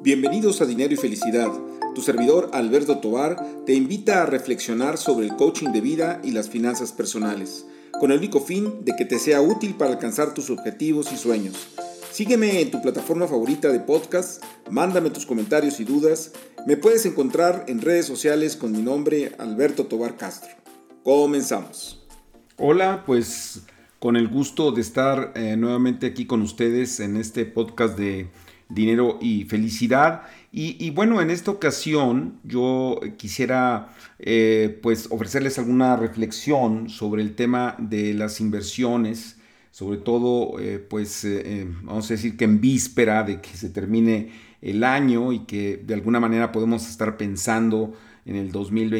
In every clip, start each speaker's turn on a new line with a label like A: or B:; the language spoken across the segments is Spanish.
A: Bienvenidos a Dinero y Felicidad. Tu servidor Alberto Tovar te invita a reflexionar sobre el coaching de vida y las finanzas personales, con el único fin de que te sea útil para alcanzar tus objetivos y sueños. Sígueme en tu plataforma favorita de podcast, mándame tus comentarios y dudas. Me puedes encontrar en redes sociales con mi nombre, Alberto Tovar Castro. Comenzamos. Hola, pues con el gusto de estar nuevamente aquí con ustedes en este podcast de Dinero y Felicidad. Y bueno, en esta ocasión yo quisiera pues ofrecerles alguna reflexión sobre el tema de las inversiones, sobre todo vamos a decir que en víspera de que se termine el año y que de alguna manera podemos estar pensando en el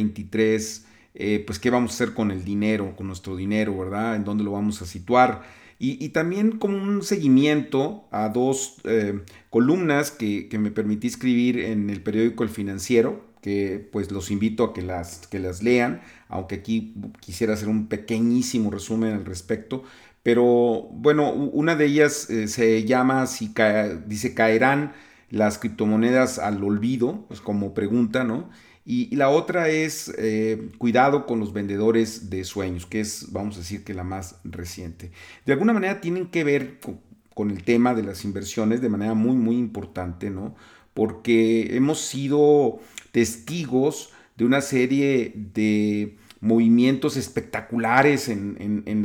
A: 2023, pues qué vamos a hacer con el dinero, con nuestro dinero, ¿verdad? ¿En dónde lo vamos a situar? Y también como un seguimiento a dos columnas que me permití escribir en el periódico El Financiero, que pues los invito a que las lean, aunque aquí quisiera hacer un pequeñísimo resumen al respecto. Pero bueno, una de ellas se llama, dice, ¿caerán las criptomonedas al olvido? Pues como pregunta, ¿no? Y la otra es cuidado con los vendedores de sueños, que es, vamos a decir, que la más reciente. De alguna manera tienen que ver con el tema de las inversiones de manera muy, muy importante, ¿no? Porque hemos sido testigos de una serie de movimientos espectaculares en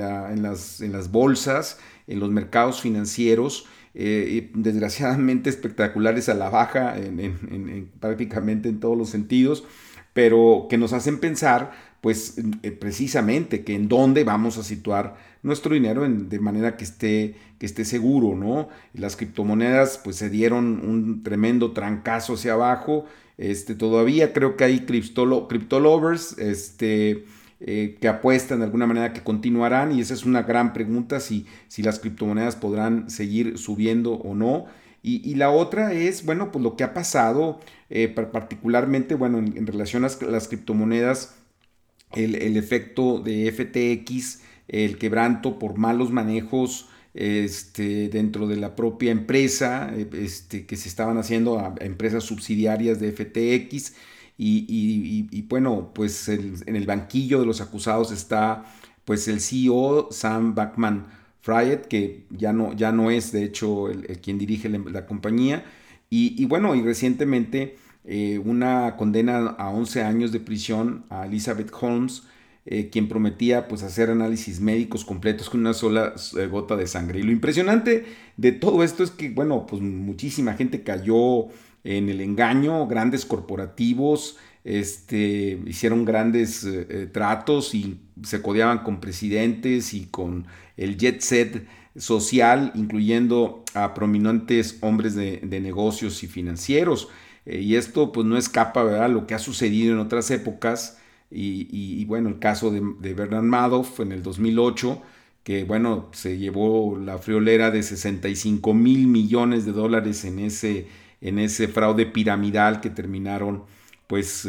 A: las bolsas, en los mercados financieros, desgraciadamente espectaculares a la baja prácticamente en todos los sentidos, pero que nos hacen pensar pues precisamente que en dónde vamos a situar nuestro dinero de manera que esté seguro, ¿no? Las criptomonedas pues se dieron un tremendo trancazo hacia abajo. Todavía creo que hay cryptolovers que apuestan de alguna manera que continuarán, y esa es una gran pregunta, si las criptomonedas podrán seguir subiendo o no. Y la otra es, bueno, pues lo que ha pasado particularmente, bueno, en relación a las criptomonedas, el efecto de FTX, el quebranto por malos manejos dentro de la propia empresa, que se estaban haciendo a empresas subsidiarias de FTX. Y bueno, pues en el banquillo de los acusados está pues el CEO Sam Bankman-Fried, que ya no es de hecho el quien dirige la compañía. Y bueno, y recientemente una condena a 11 años de prisión a Elizabeth Holmes, quien prometía pues hacer análisis médicos completos con una sola gota de sangre. Y lo impresionante de todo esto es que, bueno, pues muchísima gente cayó en el engaño, grandes corporativos hicieron grandes tratos y se codeaban con presidentes y con el jet set social, incluyendo a prominentes hombres de negocios y financieros. Y esto pues no escapa, ¿verdad?, lo que ha sucedido en otras épocas. Y bueno, el caso de Bernard Madoff en el 2008, que bueno, se llevó la friolera de 65 mil millones de dólares en ese fraude piramidal que terminaron pues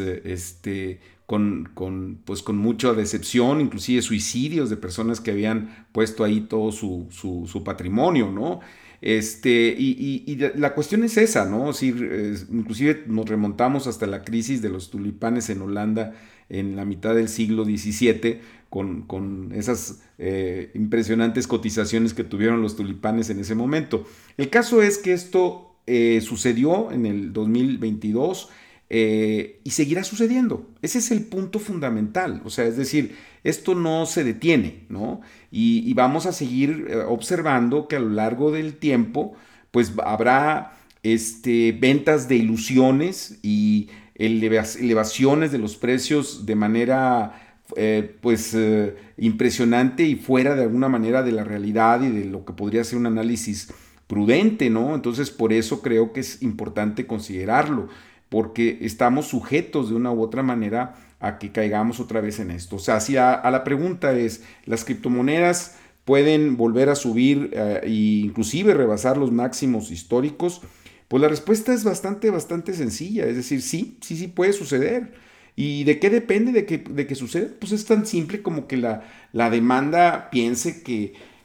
A: con mucha decepción, inclusive suicidios de personas que habían puesto ahí todo su patrimonio, ¿no? Y la cuestión es esa, ¿no? Es decir, inclusive nos remontamos hasta la crisis de los tulipanes en Holanda en la mitad del siglo XVII, con esas impresionantes cotizaciones que tuvieron los tulipanes en ese momento. El caso es que esto sucedió en el 2022 y seguirá sucediendo. Ese es el punto fundamental. O sea, es decir, esto no se detiene, ¿no? Y vamos a seguir observando que a lo largo del tiempo, pues habrá ventas de ilusiones y elevaciones de los precios de manera impresionante y fuera de alguna manera de la realidad y de lo que podría ser un análisis prudente, ¿no? Entonces, por eso creo que es importante considerarlo, porque estamos sujetos de una u otra manera a que caigamos otra vez en esto. O sea, si a la pregunta es, ¿las criptomonedas pueden volver a subir e inclusive rebasar los máximos históricos? Pues la respuesta es bastante sencilla, es decir, sí puede suceder. ¿Y de qué depende de que suceda? Pues es tan simple como que la demanda piense que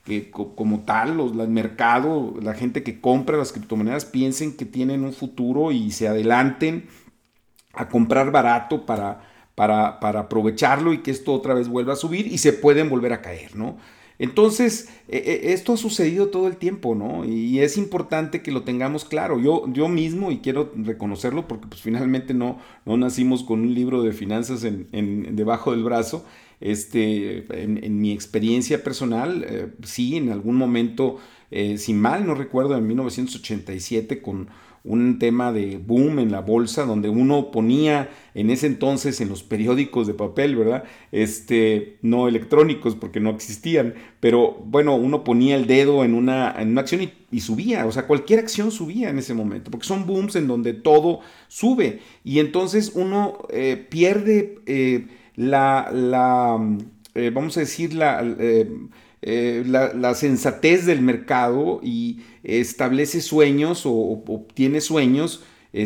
A: como tal, el mercado, la gente que compra las criptomonedas piensen que tienen un futuro y se adelanten a comprar barato para aprovecharlo y que esto otra vez vuelva a subir y se pueden volver a caer, ¿no? Entonces, esto ha sucedido todo el tiempo, ¿no? Y es importante que lo tengamos claro. Yo mismo, y quiero reconocerlo porque pues finalmente no nacimos con un libro de finanzas debajo del brazo. En mi experiencia personal, sí, en algún momento, si mal no recuerdo, en 1987, con un tema de boom en la bolsa, donde uno ponía en ese entonces en los periódicos de papel, ¿verdad? No electrónicos porque no existían, pero bueno, uno ponía el dedo en una acción y subía, o sea, cualquier acción subía en ese momento, porque son booms en donde todo sube, y entonces uno pierde vamos a decir, la sensatez del mercado y establece sueños o tiene sueños,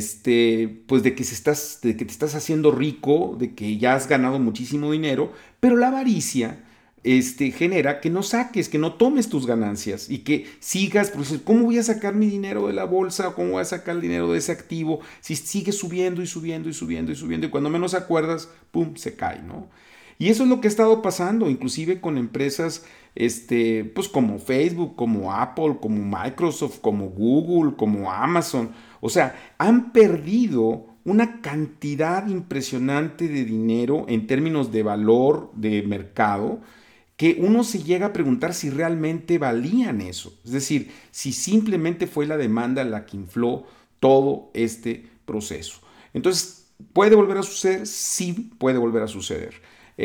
A: pues de que te estás haciendo rico, de que ya has ganado muchísimo dinero, pero la avaricia genera que no saques, que no tomes tus ganancias y que sigas, pues, ¿cómo voy a sacar mi dinero de la bolsa? ¿Cómo voy a sacar el dinero de ese activo? Si sigue subiendo y subiendo y subiendo y subiendo y cuando menos acuerdas, ¡pum!, se cae, ¿no? Y eso es lo que ha estado pasando, inclusive con empresas pues como Facebook, como Apple, como Microsoft, como Google, como Amazon. O sea, han perdido una cantidad impresionante de dinero en términos de valor de mercado, que uno se llega a preguntar si realmente valían eso. Es decir, si simplemente fue la demanda la que infló todo este proceso. Entonces, ¿puede volver a suceder? Sí, puede volver a suceder.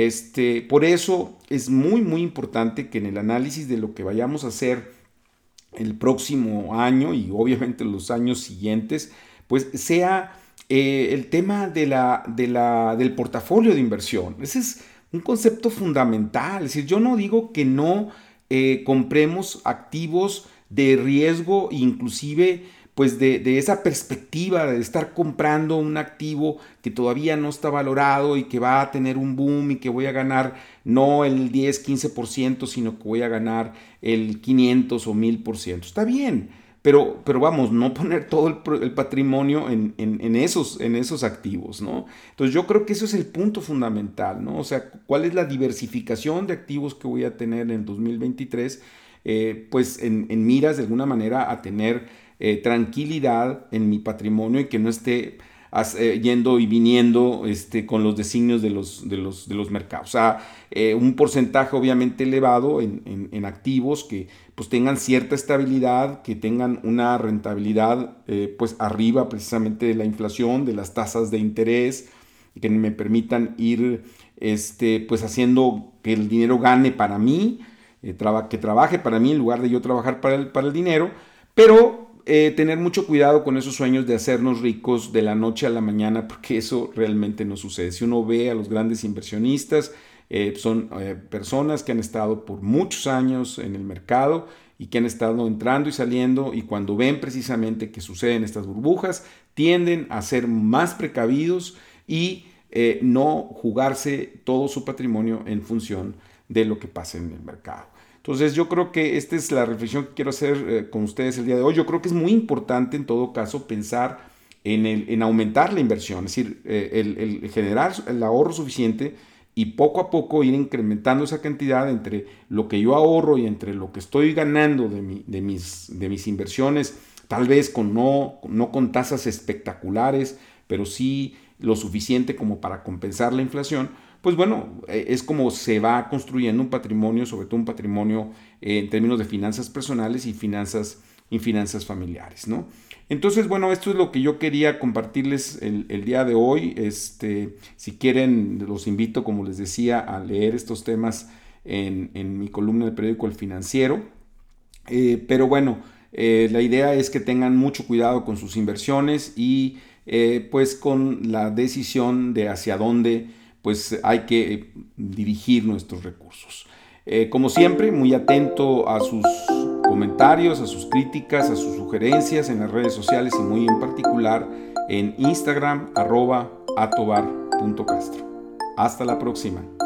A: Por eso es muy, muy importante que en el análisis de lo que vayamos a hacer el próximo año y obviamente los años siguientes, pues sea el tema del portafolio de inversión. Ese es un concepto fundamental. Es decir, yo no digo que no compremos activos de riesgo, inclusive pues de esa perspectiva de estar comprando un activo que todavía no está valorado y que va a tener un boom y que voy a ganar no el 10-15%, sino que voy a ganar el 500 o 1000%. Está bien, pero vamos, no poner todo el patrimonio en esos activos, ¿no? Entonces yo creo que eso es el punto fundamental, ¿no? O sea, ¿cuál es la diversificación de activos que voy a tener en el 2023? Pues en miras de alguna manera a tener tranquilidad en mi patrimonio y que no esté yendo y viniendo con los designios de los mercados. O sea, un porcentaje obviamente elevado en activos que pues tengan cierta estabilidad, que tengan una rentabilidad pues arriba precisamente de la inflación, de las tasas de interés, que me permitan ir pues haciendo que el dinero gane para mí, que trabaje para mí en lugar de yo trabajar para el dinero, pero tener mucho cuidado con esos sueños de hacernos ricos de la noche a la mañana, porque eso realmente no sucede. Si uno ve a los grandes inversionistas, son personas que han estado por muchos años en el mercado y que han estado entrando y saliendo, y cuando ven precisamente que suceden estas burbujas, tienden a ser más precavidos y no jugarse todo su patrimonio en función de lo que pasa en el mercado. Entonces yo creo que esta es la reflexión que quiero hacer con ustedes el día de hoy. Yo creo que es muy importante en todo caso pensar en aumentar la inversión, es decir, el generar el ahorro suficiente y poco a poco ir incrementando esa cantidad entre lo que yo ahorro y entre lo que estoy ganando de mis inversiones, tal vez no con tasas espectaculares, pero sí lo suficiente como para compensar la inflación. Pues bueno, es como se va construyendo un patrimonio, sobre todo un patrimonio en términos de finanzas personales y finanzas familiares, ¿no? Entonces, bueno, esto es lo que yo quería compartirles el día de hoy. Si quieren, los invito, como les decía, a leer estos temas en mi columna del periódico El Financiero. Pero bueno, la idea es que tengan mucho cuidado con sus inversiones y pues con la decisión de hacia dónde pues hay que dirigir nuestros recursos. Como siempre, muy atento a sus comentarios, a sus críticas, a sus sugerencias en las redes sociales y muy en particular en Instagram @atobar.castro. Hasta la próxima.